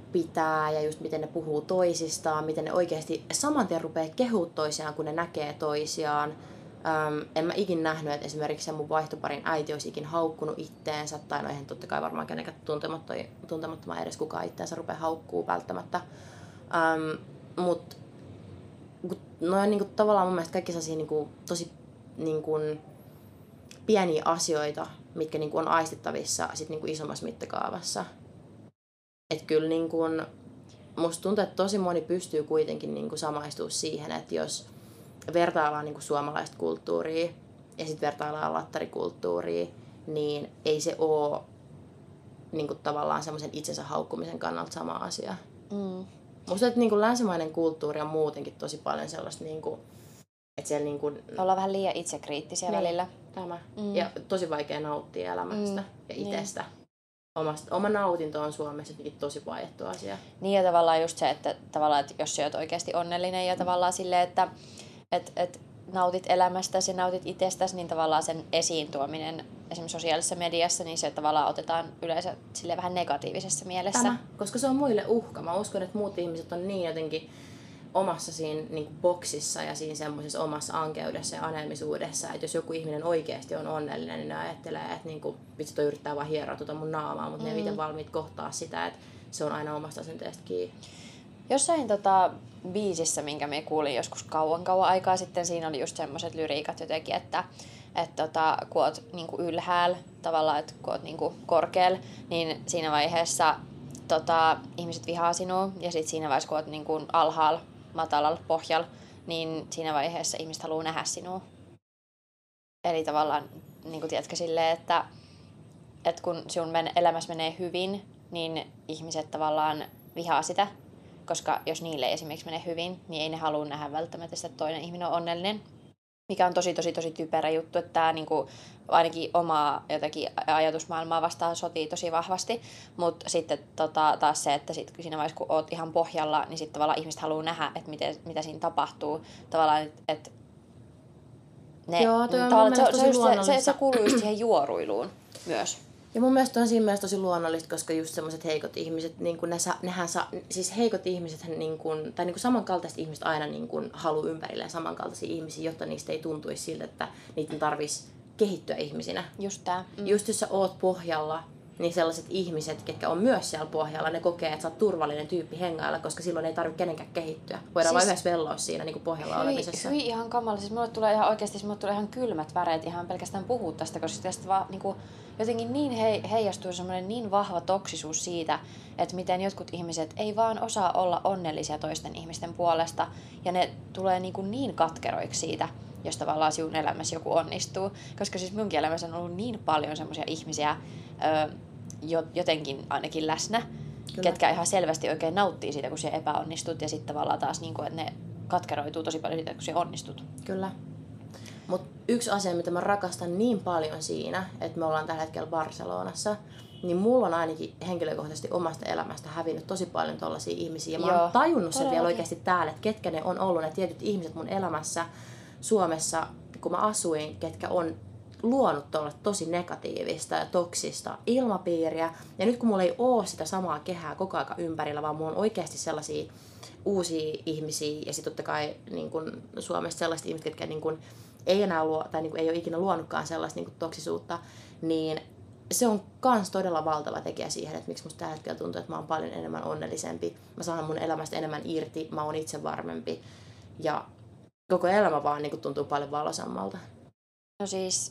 pitää ja just miten ne puhuu toisistaan, miten ne oikeasti saman tien rupeaa kehua toisiaan, kun ne näkee toisiaan. Öm, en mä ikin nähnyt, että esimerkiksi se mun vaihtoparin äiti olisi ikin haukkunut itteensä, tai no eihän totta kai varmaan kenenkään tuntemattoman edes kukaan itteensä rupeaa haukkuu välttämättä. Öm, mut no on niinku tavallaan mun mielestä kaikki sellaisia niinku tosi niinku pieniä asioita, mitkä niinku on aistittavissa sit niinku isommassa mittakaavassa. Että kyllä niin kun, musta tuntuu, että tosi moni pystyy kuitenkin niin kun samaistumaan siihen, että jos vertaillaan niin kun suomalaista kulttuuria ja sitten vertaillaan lattarikulttuuria, niin ei se ole niinku tavallaan semmoisen itsensä haukkumisen kannalta sama asia. Mm. Musta että niinku länsimainen kulttuuri on muutenkin tosi paljon sellaista, niinku, että siellä niinku... Ollaan vähän liian itsekriittisiä niin, välillä. Tämä. Mm. Ja tosi vaikea nauttia elämästä mm. ja itsestä. Niin. Omasta, oma nautinto on Suomessa tosi vaiettu asia. Niin ja tavallaan just se, että, tavallaan, että jos sä oot oikeasti onnellinen ja tavallaan silleen, että et, et nautit elämästäsi ja nautit itsestäsi, niin tavallaan sen esiin tuominen esimerkiksi sosiaalisessa mediassa, niin se tavallaan otetaan yleensä sille vähän negatiivisessa mielessä. Tämä, koska se on muille uhka. Mä uskon, että muut ihmiset on niin jotenkin omassa siinä niin kuin boksissa ja siinä semmoisessa omassa ankeudessa ja aneemisuudessa, että jos joku ihminen oikeasti on onnellinen, niin ne ajattelee, että niin kuin, vitsi toi yrittää vaan hieroa tuota mun naamaa, mutta mm. ne ei miten valmiit kohtaa sitä, että se on aina omasta asenteesta kiinni. Jossain tota, biisissä, minkä me kuulin joskus kauan kauan aikaa sitten, siinä oli just semmoiset lyriikat jotenkin, että et tota, kun oot niinku ylhäällä, tavallaan, että kun oot niinku korkealla, niin siinä vaiheessa tota, ihmiset vihaa sinua, ja sitten siinä vaiheessa, kun oot niinku alhaalla, matalalla pohjalla, niin siinä vaiheessa ihmiset haluaa nähdä sinua. Eli tavallaan, niin kuin tiedätkö, silleen, että, että kun sun elämässä menee hyvin, niin ihmiset tavallaan vihaa sitä, koska jos niille ei esimerkiksi menee hyvin, niin ei ne halua nähdä välttämättä sitä, että toinen ihminen on onnellinen. Mikä on tosi, tosi, tosi typerä juttu, että tämä niinku, ainakin omaa jotakin ajatusmaailmaa vastaan sotii tosi vahvasti. Mutta sitten tota, taas se, että sit, siinä vaiheessa, kun oot ihan pohjalla, niin sitten tavallaan ihmiset haluaa nähdä, että miten, mitä siinä tapahtuu. Tavallaan, että et ne, Joo, toi on tavallaan, se, tosi se, se, se kuuluu just siihen juoruiluun myös. Ja mun mielestä on siinä mielessä tosi luonnollista, koska just semmoiset heikot ihmiset, niin kun ne sa, nehän sa, siis heikot ihmiset, niin kun, tai niin kun samankaltaiset ihmiset aina niin kun haluaa ympärilleen samankaltaisia ihmisiä, jotta niistä ei tuntuisi siltä, että niiden tarvitsisi kehittyä ihmisinä. Just tää. Mm. Just jos sä oot pohjalla, niin sellaiset ihmiset, ketkä on myös siellä pohjalla, ne kokee, että sä oot turvallinen tyyppi hengailla, koska silloin ei tarvitse kenenkään kehittyä. Voidaan siis, vaan yhdessä velloa siinä niin kuin pohjalla hyi, olemisessa. Hyi ihan kamala. Siis mulle tulee ihan oikeasti mulle tulee ihan kylmät väreet ihan pelkästään puhua tästä, koska tästä vaan niin kuin, jotenkin niin he, heijastuu semmoinen niin vahva toksisuus siitä, että miten jotkut ihmiset ei vaan osaa olla onnellisia toisten ihmisten puolesta ja ne tulee niin, kuin niin katkeroiksi siitä, jos tavallaan sinun elämässä joku onnistuu. Koska siis minunkin elämässä on ollut niin paljon semmoisia ihmisiä, ö, jotenkin ainakin läsnä, kyllä, ketkä ihan selvästi oikein nauttii siitä, kun se epäonnistut, ja sitten tavallaan taas, niin kuin, että ne katkeroituu tosi paljon siitä, kun se onnistut. Kyllä. Mutta yksi asia, mitä mä rakastan niin paljon siinä, että me ollaan tällä hetkellä Barcelonassa, niin mulla on ainakin henkilökohtaisesti omasta elämästä hävinnyt tosi paljon tollaisia ihmisiä. Ja mä oon tajunnut sen vielä oikeasti täällä, että ketkä ne on ollut ne tietyt ihmiset mun elämässä Suomessa, kun mä asuin, ketkä on luonut tuolla tosi negatiivista ja toksista ilmapiiriä. Ja nyt kun mulla ei ole sitä samaa kehää koko ajan ympärillä, vaan mulla on oikeasti sellaisia uusia ihmisiä ja sitten totta kai niin kun Suomessa sellaiset ihmiset, jotka niin kun ei enää luo, tai niin kun ei ole ikinä luonutkaan sellaista niin kun toksisuutta, niin se on kans todella valtava tekijä siihen, että miksi musta tällä hetkellä tuntuu, että mä oon paljon enemmän onnellisempi. Mä saan mun elämästä enemmän irti, mä oon itse varmempi ja koko elämä vaan niin kun tuntuu paljon valoisammalta. No siis,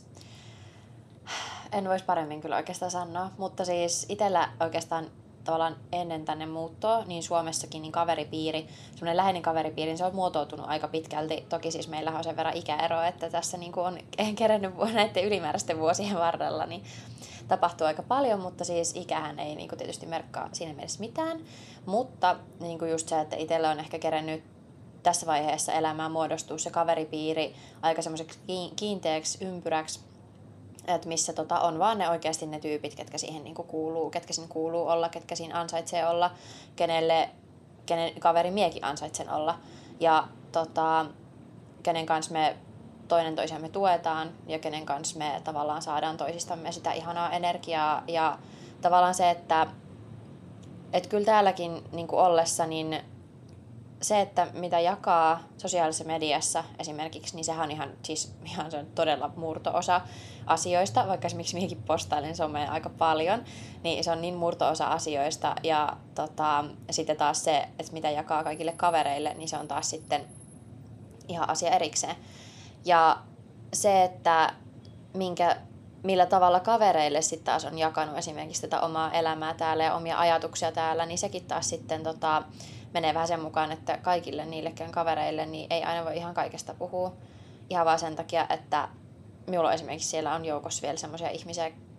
en voisi paremmin kyllä oikeastaan sanoa, mutta siis itsellä oikeastaan tavallaan ennen tänne muuttoa, niin Suomessakin niin kaveripiiri, semmoinen läheinen kaveripiiri, niin se on muotoutunut aika pitkälti. Toki siis meillä on sen verran ikäero, että tässä niin kuin on kerennyt näiden ylimääräisten vuosien varrella, niin tapahtuu aika paljon, mutta siis ikähän ei niin kuin tietysti merkkaa siinä mielessä mitään. Mutta niin kuin just se, että itsellä on ehkä kerennyt tässä vaiheessa elämää muodostuu se kaveripiiri aika semmoiseksi kiinteäksi ympyräksi, että missä tota on vaan ne oikeasti ne tyypit, ketkä siihen niinku kuuluu, ketkä siinä kuuluu olla, ketkä siinä ansaitsee olla, kenelle, kenen kaveri miekin ansaitsee olla. Ja tota, kenen kanssa me toinen toisiamme tuetaan ja kenen kanssa me tavallaan saadaan toisistamme sitä ihanaa energiaa. Ja tavallaan se, että et kyllä täälläkin niinku ollessa, niin se, että mitä jakaa sosiaalisessa mediassa esimerkiksi, niin sehän on ihan, siis ihan se on todella murto-osa asioista, vaikka esimerkiksi minäkin postailen somea aika paljon, niin se on niin murto-osa asioista. Ja tota, sitten taas se, että mitä jakaa kaikille kavereille, niin se on taas sitten ihan asia erikseen. Ja se, että minkä, millä tavalla kavereille sitten taas on jakanut esimerkiksi tätä omaa elämää täällä ja omia ajatuksia täällä, niin sekin taas sitten tota, menee vähän sen mukaan, että kaikille niillekään kavereille niin ei aina voi ihan kaikesta puhua. Ihan vaan sen takia, että minulla esimerkiksi siellä on joukossa vielä semmoisia ihmisiä,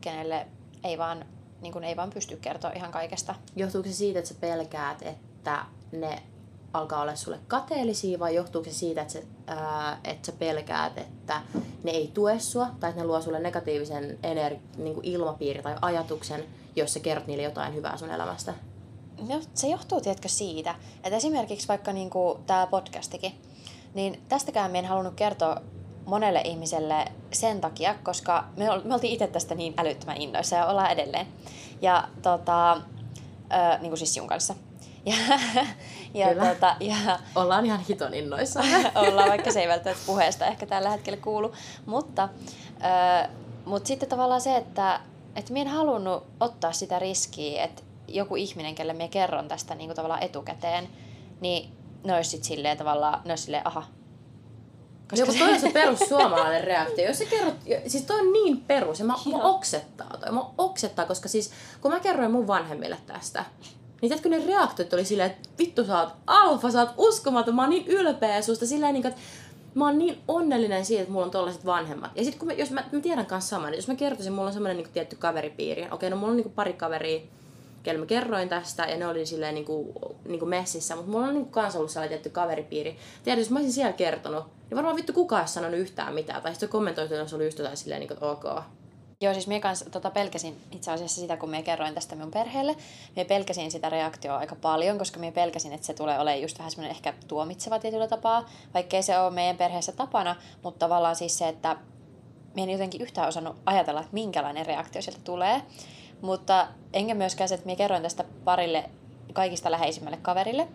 kenelle ei vaan, niin kuin ei vaan pysty kertoa ihan kaikesta. Johtuuko se siitä, että sä pelkäät, että ne alkaa olla sulle kateellisia, vai johtuuko se siitä, että sä, ää, että sä pelkäät, että ne ei tue sua, tai että ne luo sulle negatiivisen ener- niin kuin ilmapiiri tai ajatuksen, jos sä kerrot niille jotain hyvää sun elämästä? No, se johtuu, tiedätkö, siitä, että esimerkiksi vaikka niin kuin tämä podcastikin, niin tästäkään me en halunnut kertoa monelle ihmiselle sen takia, koska me, me oltiin itse tästä niin älyttömän innoissa ja ollaan edelleen. Ja tota, ö, niin kuin siis sinun kanssa. Ja, ja, tota, ja, ollaan ihan hiton innoissa. ollaan, vaikka se ei välttämättä puheesta ehkä tällä hetkellä kuulu. Mutta, ö, mutta sitten tavallaan se, että et minä en halunnut ottaa sitä riskiä, että joku ihminen, kelle minä kerron tästä niin kuin tavallaan etukäteen, niin ne olisi sitten silleen tavallaan, ne olisi silleen, aha. Koska Joku, toi on se perus suomalainen reaktio. Jos sä kerrot, siis toi on niin perus ja mä, mä oksettaa toi. Mä oksettaa, koska siis kun mä kerroin mun vanhemmille tästä, niin tiedätkö ne reaktiot oli silleen, että vittu sä oot alfa, sä oot uskomaton, mä oon niin ylpeä susta. Silleen niin, että mä oon niin onnellinen siitä, että mulla on tollaiset vanhemmat. Ja sit kun mä, jos mä, mä tiedän kanssa saman, jos mä kertoisin, mulla on semmoinen niin tietty kaveripiiri. Okei, no mulla on niin pari kaveria, kelle mä kerroin tästä, ja ne oli silleen niinku, niinku messissä, mutta mulla on niinku kans ollut sellainen tietty kaveripiiri. Tiedät, jos mä olisin siellä kertonut, niin varmaan vittu kukaan olisi sanonut yhtään mitään, tai sitten kommentoitu, jos oli just jotain silleen niinku, ok. Joo, siis minä kans tota, pelkäsin itse asiassa sitä, kun minä kerroin tästä minun perheelle. Minä pelkäsin sitä reaktioa aika paljon, koska minä pelkäsin, että se tulee olemaan just vähän semmoinen ehkä tuomitseva tietyllä tapaa, vaikkei se ole meidän perheessä tapana, mutta tavallaan siis se, että minä en jotenkin yhtään osannut ajatella, että minkälainen reaktio sieltä tulee. Mutta enkä myöskään se, että minä kerroin tästä parille kaikista läheisimmälle kaverille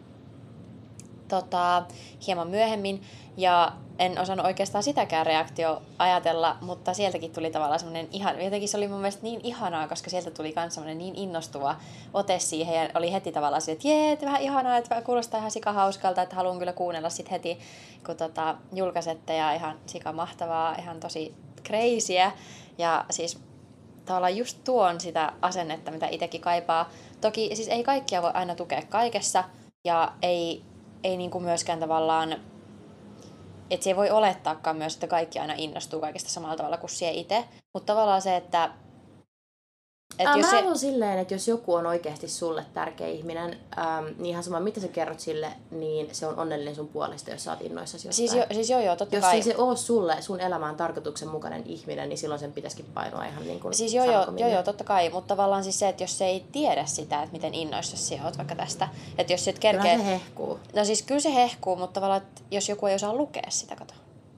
tota, hieman myöhemmin. Ja en osannut oikeastaan sitäkään reaktio ajatella, mutta sieltäkin tuli tavallaan semmoinen ihan, jotenkin se oli mun mielestä niin ihanaa, koska sieltä tuli myös semmoinen niin innostuva ote siihen ja oli heti tavallaan silleen, että jee, että vähän ihanaa, että kuulostaa ihan sikahauskalta, että haluan kyllä kuunnella sit heti, kun tota, julkaisette ja ihan sikamahtavaa, ihan tosi crazyä ja siis tavallaan just tuon sitä asennetta, mitä itsekin kaipaa. Toki siis ei kaikkia voi aina tukea kaikessa ja ei, ei niinku myöskään tavallaan, että se ei voi olettaakaan myös, että kaikki aina innostuu kaikesta samalla tavalla kuin sie itse. Mutta tavallaan se, että Et Ää, jos mä se... silleen, että jos joku on oikeasti sulle tärkeä ihminen, äm, niin ihan sama mitä sä kerrot sille, niin se on onnellinen sun puolesta, jos sä oot innoissasi jostain. Siis, jo, siis joo joo, totta jos kai. Jos ei se ole sulle sun elämään tarkoituksenmukainen ihminen, niin silloin sen pitäisikin painua ihan niin kuin siis joo joo, joo joo, totta kai, mutta tavallaan siis se, että jos se ei tiedä sitä, että miten innoissasi sä oot vaikka tästä. Että jos et kerkee... Kyllä se hehkuu. No siis kyllä se hehkuu, mutta tavallaan, että jos joku ei osaa lukea sitä, kato.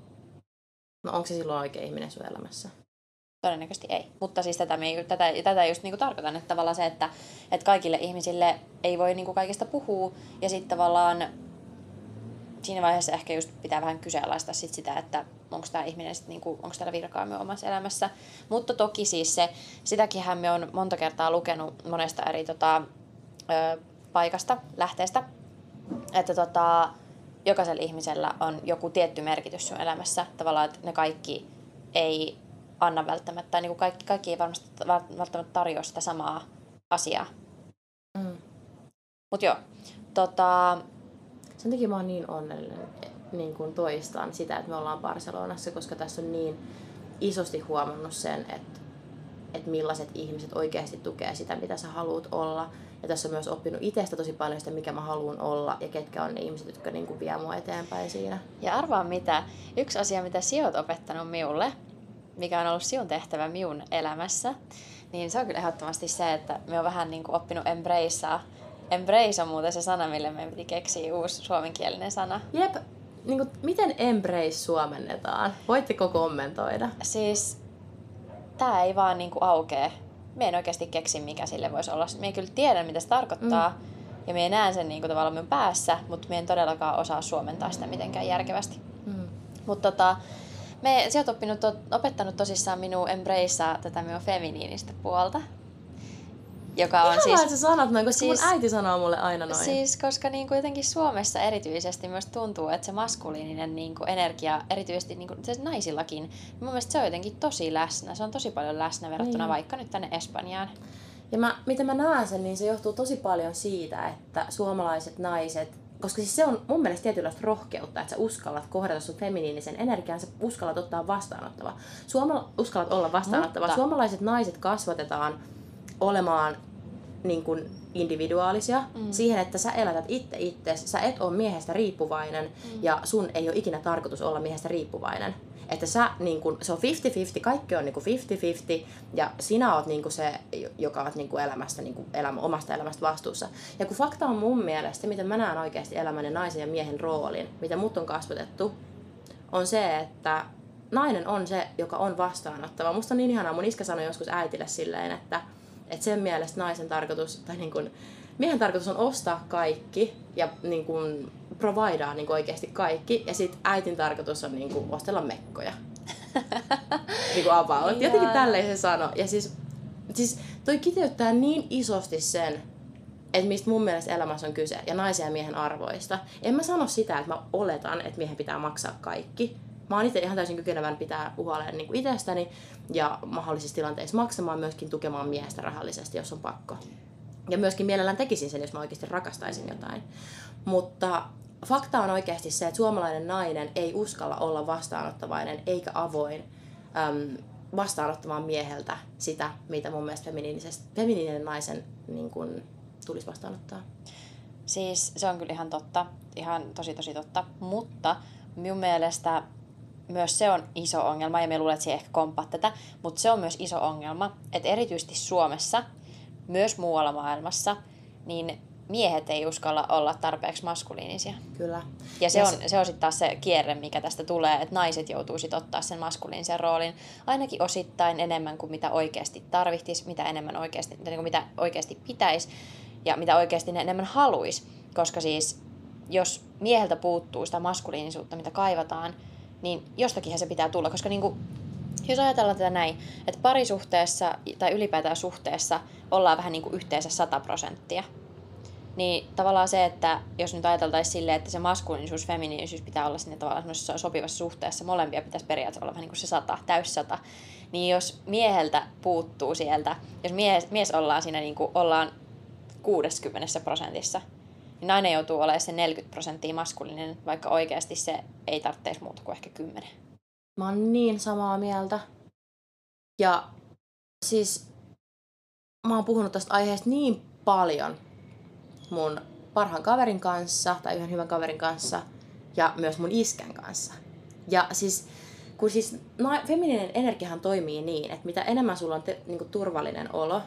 No onko se silloin oikea ihminen sun elämässä? Todennäköisesti ei. Mutta siis tätä, me, tätä, tätä just niinku tarkoitan, että tavallaan se, että, että kaikille ihmisille ei voi niinku kaikesta puhua. Ja sitten tavallaan siinä vaiheessa ehkä just pitää vähän kyseenalaistaa sit sitä, että onko tämä ihminen sit niinku, onko täällä virkaa me omassa elämässä. Mutta toki siis se, sitäkinhän me on monta kertaa lukenut monesta eri tota, ö, paikasta, lähteestä, että tota, jokaisella ihmisellä on joku tietty merkitys sun elämässä. Tavallaan, että ne kaikki ei anna välttämättä, tai niin kuin kaikki, kaikki ei varmasti välttämättä tarjoa sitä samaa asiaa. Mm. Mut joo, tota... Sen takia mä oon niin onnellinen, niin kuin toistaan sitä, että me ollaan Barcelonassa, koska tässä on niin isosti huomannut sen, että, että millaiset ihmiset oikeasti tukee sitä, mitä sä haluat olla. Ja tässä on myös oppinut itsestä tosi paljon sitä, mikä mä haluan olla, ja ketkä on ne ihmiset, jotka niin kuin vie mua eteenpäin siinä. Ja arvaa mitä, yksi asia, mitä sinä oot opettanut minulle, mikä on ollut sinun tehtävä minun elämässä, niin se on kyllä ehdottomasti se, että me on vähän niin kuin oppinut embracea. Embrace on muuten se sana, mille meidän piti keksiä uusi suomenkielinen sana. Jep, niin kuin, miten embrace suomennetaan? Voitteko kommentoida? Siis, tää ei vaan niin kuin aukee. Me en oikeasti keksi, mikä sille voisi olla. Me ei kyllä tiedä, mitä se tarkoittaa. Mm. Ja me näen sen niin kuin tavallaan minun päässä, mutta me en todellakaan osaa suomentaa sitä mitenkään järkevästi. Mm. Mutta tota, me, sä oot oppinut, opettanut tosissaan minua embracea tätä minun feminiinistä puolta. Joka on siis... Ihan sä sanot noin, koska siis, mun äiti sanoo mulle aina noin. Siis, koska niin kuin jotenkin Suomessa erityisesti myös tuntuu, että se maskuliininen niin kuin energia, erityisesti niin kuin, se naisillakin, niin mun mielestä se on jotenkin tosi läsnä. Se on tosi paljon läsnä verrattuna niin. Vaikka nyt tänne Espanjaan. Ja mä, miten mä näen sen, niin se johtuu tosi paljon siitä, että suomalaiset naiset, koska siis se on mun mielestä tietynlaista rohkeutta, että sä uskallat kohdata sun feminiinisen energian, sä uskallat ottaa vastaanottava. Suomala, uskallat olla vastaanottava. Mutta suomalaiset naiset kasvatetaan olemaan niin kuin individuaalisia mm. siihen, että sä elätät itse itseäsi, sä et ole miehestä riippuvainen mm. ja sun ei ole ikinä tarkoitus olla miehestä riippuvainen. Että sä, niin kun, se on viisikymmentä viisikymmentä, kaikki on niin viisikymmentä viisikymmentä ja sinä oot niin se, joka oot niin elämästä, niin elämä, omasta elämästä vastuussa. Ja kun fakta on mun mielestä, se miten mä näen oikeasti elämän ja naisen ja miehen roolin, mitä mut on kasvatettu, on se, että nainen on se, joka on vastaanottava. Musta on niin ihanaa, mun iskä sanoi joskus äitille silleen, että, että sen mielestä naisen tarkoitus, tai niin kun, miehen tarkoitus on ostaa kaikki ja niin kun, providaa niin oikeasti kaikki, ja sitten äitin tarkoitus on niin kuin, ostella mekkoja. niin kuin about. Jotenkin tälleen se sano. Ja siis, siis toi kiteyttää niin isosti sen, että mistä mun mielestä elämässä on kyse, ja naisen ja miehen arvoista. En mä sano sitä, että mä oletan, että miehen pitää maksaa kaikki. Mä oon itse ihan täysin kykenevän pitää huoleen niin kuin itsestäni, ja mahdollisissa tilanteissa maksamaan, myöskin tukemaan miestä rahallisesti, jos on pakko. Ja myöskin mielellään tekisin sen, jos mä oikeasti rakastaisin jotain. Mutta fakta on oikeasti se, että suomalainen nainen ei uskalla olla vastaanottavainen eikä avoin äm, vastaanottamaan mieheltä sitä, mitä mun mielestä feminiininen naisen niin kun, tulisi vastaanottaa. Siis se on kyllä ihan totta, ihan tosi tosi totta, mutta minun mielestä myös se on iso ongelma, ja me luulen, että siihen ehkä komppaa tätä, mutta se on myös iso ongelma, että erityisesti Suomessa, myös muualla maailmassa, niin miehet ei uskalla olla tarpeeksi maskuliinisia. Kyllä. Ja se, ja on, se on sitten taas se kierre, mikä tästä tulee, että naiset joutuu sitten ottaa sen maskuliinisen roolin ainakin osittain enemmän kuin mitä oikeasti tarvitsisi, mitä enemmän oikeasti, niin kuin mitä oikeasti pitäisi ja mitä oikeasti ne enemmän haluaisi. Koska siis jos mieheltä puuttuu sitä maskuliinisuutta, mitä kaivataan, niin jostakinhan se pitää tulla. Koska niin kuin, jos ajatellaan tätä näin, että parisuhteessa tai ylipäätään suhteessa ollaan vähän niin kuin yhteensä sata prosenttia. Niin tavallaan se, että jos nyt ajateltaisiin silleen, että se maskuliinisuus, feminiinisyys pitää olla sinne tavallaan sopivassa suhteessa, molempia pitäisi periaatteessa olla vähän niin kuin se sata, täys sata. Niin jos mieheltä puuttuu sieltä, jos mies, mies ollaan siinä niin kuin ollaan kuusikymmentä prosentissa, niin nainen joutuu olemaan se neljäkymmentä prosenttia maskuliininen, vaikka oikeasti se ei tarvitse muuta kuin ehkä kymmenen. Mä oon niin samaa mieltä. Ja siis mä oon puhunut tästä aiheesta niin paljon mun parhaan kaverin kanssa, tai yhden hyvän kaverin kanssa, ja myös mun iskän kanssa. Ja siis, kun siis na- feminiininen energiahan toimii niin, että mitä enemmän sulla on te- niinku turvallinen olo,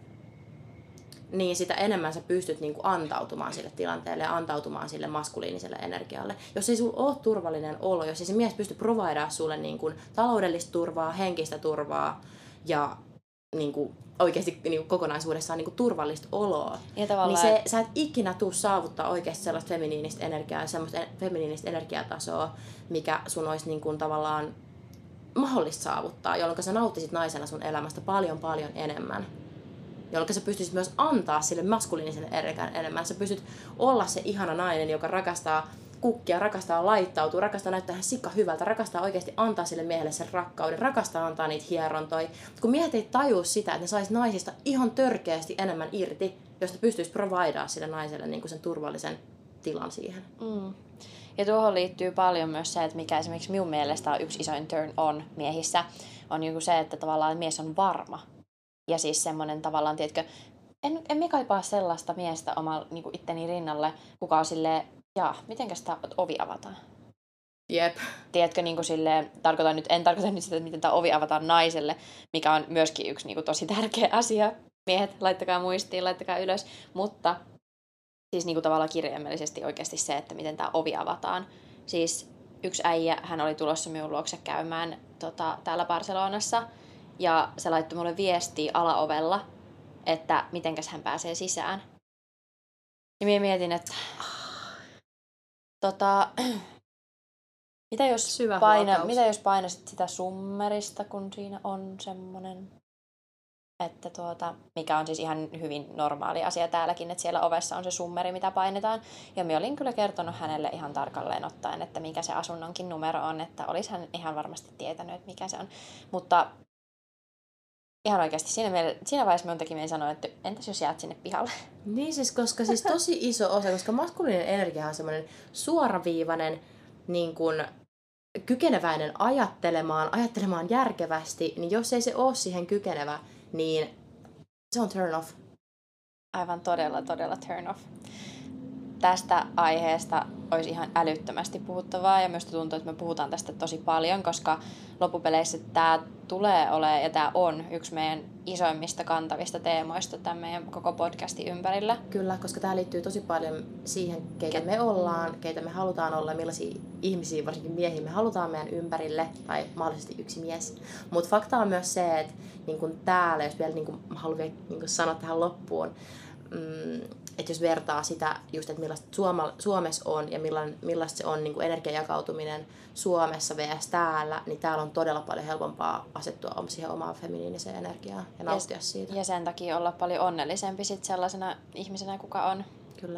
niin sitä enemmän sä pystyt niinku antautumaan sille tilanteelle ja antautumaan sille maskuliiniselle energialle. Jos ei sulla ole turvallinen olo, jos ei se mies pysty providaamaan sulle niinku taloudellista turvaa, henkistä turvaa ja niinku oikeasti niinku kokonaisuudessaan niinku turvallista oloa, niin se, sä et ikinä tuu saavuttaa oikeasti sellaista feminiinistä energiaa ja semmoista feminiinistä energiatasoa, mikä sun olisi niinku tavallaan mahdollista saavuttaa, jolloin sä nauttisit naisena sun elämästä paljon paljon enemmän. Jolloin sä pystyisit myös antaa sille maskuliinisen energian enemmän. Sä pystyt olla se ihana nainen, joka rakastaa kukkia, rakastaa laittautua, rakastaa näyttää sikka hyvältä, rakastaa oikeasti antaa sille miehelle sen rakkauden, rakastaa antaa niitä hierontoja. Kun miehet ei tajua sitä, että ne sais naisista ihan törkeästi enemmän irti, jos ne pystyis providaamaan sille naiselle niin kuin sen turvallisen tilan siihen. Mm. Ja tuohon liittyy paljon myös se, että mikä esimerkiksi minun mielestä on yksi isoin turn on miehissä, on joku se, että tavallaan mies on varma. Ja siis semmoinen tavallaan, tiedätkö, en, en me kaipaa sellaista miestä omalla niin kuin itteni rinnalle, kuka on silleen, jaa, mitenkäs tämä ovi avataan? Jep. Tiedätkö, niin kuin silleen, tarkoitan nyt, en tarkoita nyt sitä, että miten tämä ovi avataan naiselle, mikä on myöskin yksi niin kuin tosi tärkeä asia. Miehet, laittakaa muistiin, laittakaa ylös. Mutta siis niin kuin tavallaan kirjaimellisesti oikeasti se, että miten tämä ovi avataan. Siis yksi äijä, hän oli tulossa minun luokse käymään tota, täällä Barcelonassa. Ja se laittoi mulle viestiä alaovella, että mitenkäs hän pääsee sisään. Ja minä mietin, että tota, mitä, jos paina, mitä jos painasit sitä summerista, kun siinä on semmoinen, että tuota, mikä on siis ihan hyvin normaali asia täälläkin, että siellä ovessa on se summeri, mitä painetaan. Ja minä olin kyllä kertonut hänelle ihan tarkalleen ottaen, että mikä se asunnonkin numero on, että olisi hän ihan varmasti tietänyt, että mikä se on. Mutta ihan oikeasti siinä, meillä, siinä vaiheessa minun teki mieli sanoa, että entäs jos jäät sinne pihalle? Niin siis, koska siis tosi iso osa, koska maskuliininen energia on semmoinen suoraviivainen, niin kuin kykeneväinen ajattelemaan, ajattelemaan järkevästi, niin jos ei se ole siihen kykenevä, niin se on turn off. Aivan todella, todella turn off. Tästä aiheesta olisi ihan älyttömästi puhuttavaa ja myös tuntuu, että me puhutaan tästä tosi paljon, koska loppupeleissä tämä tulee olemaan ja tämä on yksi meidän isoimmista kantavista teemoista tämän meidän koko podcastin ympärillä. Kyllä, koska tämä liittyy tosi paljon siihen, keitä me ollaan, keitä me halutaan olla, millaisia ihmisiä, varsinkin miehiä me halutaan meidän ympärille, tai mahdollisesti yksi mies. Mutta fakta on myös se, että niin kun täällä, jos vielä niin kun, haluan vielä niin kun sanoa tähän loppuun, mm, että jos vertaa sitä, just, että millaista Suoma, Suomessa on ja millaista se on niin kuin energiajakautuminen Suomessa versus täällä, niin täällä on todella paljon helpompaa asettua siihen omaan feminiiniseen energiaan ja nauttia ja, siitä. Ja sen takia olla paljon onnellisempi sit sellaisena ihmisenä, kuka on. Kyllä.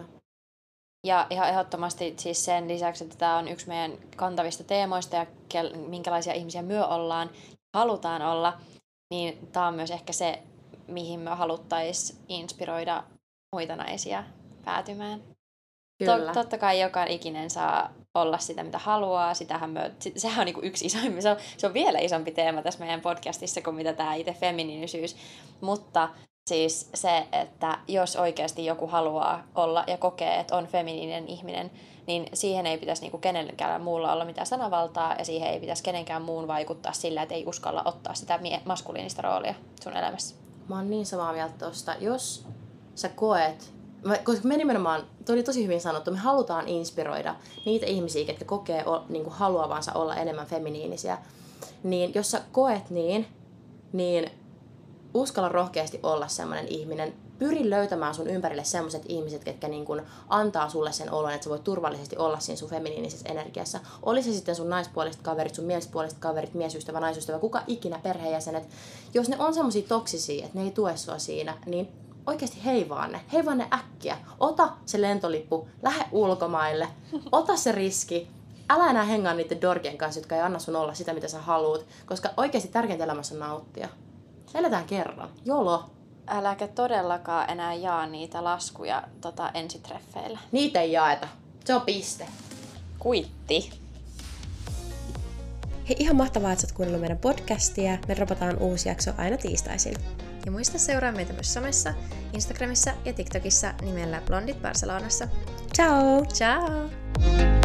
Ja ihan ehdottomasti siis sen lisäksi, että tämä on yksi meidän kantavista teemoista ja kel, minkälaisia ihmisiä myö ollaan, halutaan olla, niin tämä on myös ehkä se, mihin me haluttaisiin inspiroida muita naisia päätymään. Kyllä. Tot, totta kai joka ikinen saa olla sitä, mitä haluaa. Sitähän me, sehän on niinku yksi isoimpi, se on, se on vielä isompi teema tässä meidän podcastissa kuin mitä tämä itse feminiinisyys. Mutta siis se, että jos oikeasti joku haluaa olla ja kokee, että on feminiininen ihminen, niin siihen ei pitäisi niinku kenenkään muulla olla mitään sananvaltaa ja siihen ei pitäisi kenenkään muun vaikuttaa sillä, että ei uskalla ottaa sitä maskuliinista roolia sun elämässä. Mä oon niin samaa mieltä tosta. Jos sä koet, koska me nimenomaan, toi oli tosi hyvin sanottu, me halutaan inspiroida niitä ihmisiä, jotka kokee niin kuin haluavansa olla enemmän feminiinisiä, niin jos sä koet niin, niin uskalla rohkeasti olla semmoinen ihminen. Pyri löytämään sun ympärille semmoiset ihmiset, jotka niin kuin antaa sulle sen olon, että sä voit turvallisesti olla siinä sun feminiinisessä energiassa. Oli se sitten sun naispuoliset kaverit, sun miespuoliset kaverit, miesystävä, naisystävä, kuka ikinä, perheenjäsenet. Jos ne on semmoisia toksisia, että ne ei tue sua siinä, niin oikeasti hei vaan ne. Hei vaan ne äkkiä. Ota se lentolippu, lähde ulkomaille, ota se riski. Älä enää hengaa niiden dorkien kanssa, jotka ei anna sun olla sitä, mitä sä haluut. Koska oikeasti tärkeintä elämässä on nauttia. Eletään kerran. Jolo. Äläkä todellakaan enää jaa niitä laskuja tota, ensitreffeillä. Niitä ei jaeta. Se on piste. Kuitti. Hei, ihan mahtavaa, että sä oot kuunnellut meidän podcastia. Me dropataan uusi jakso aina tiistaisin. Ja muista seuraa meitä myös somessa, Instagramissa ja TikTokissa nimellä Blondit Barcelonassa. Ciao! Ciao!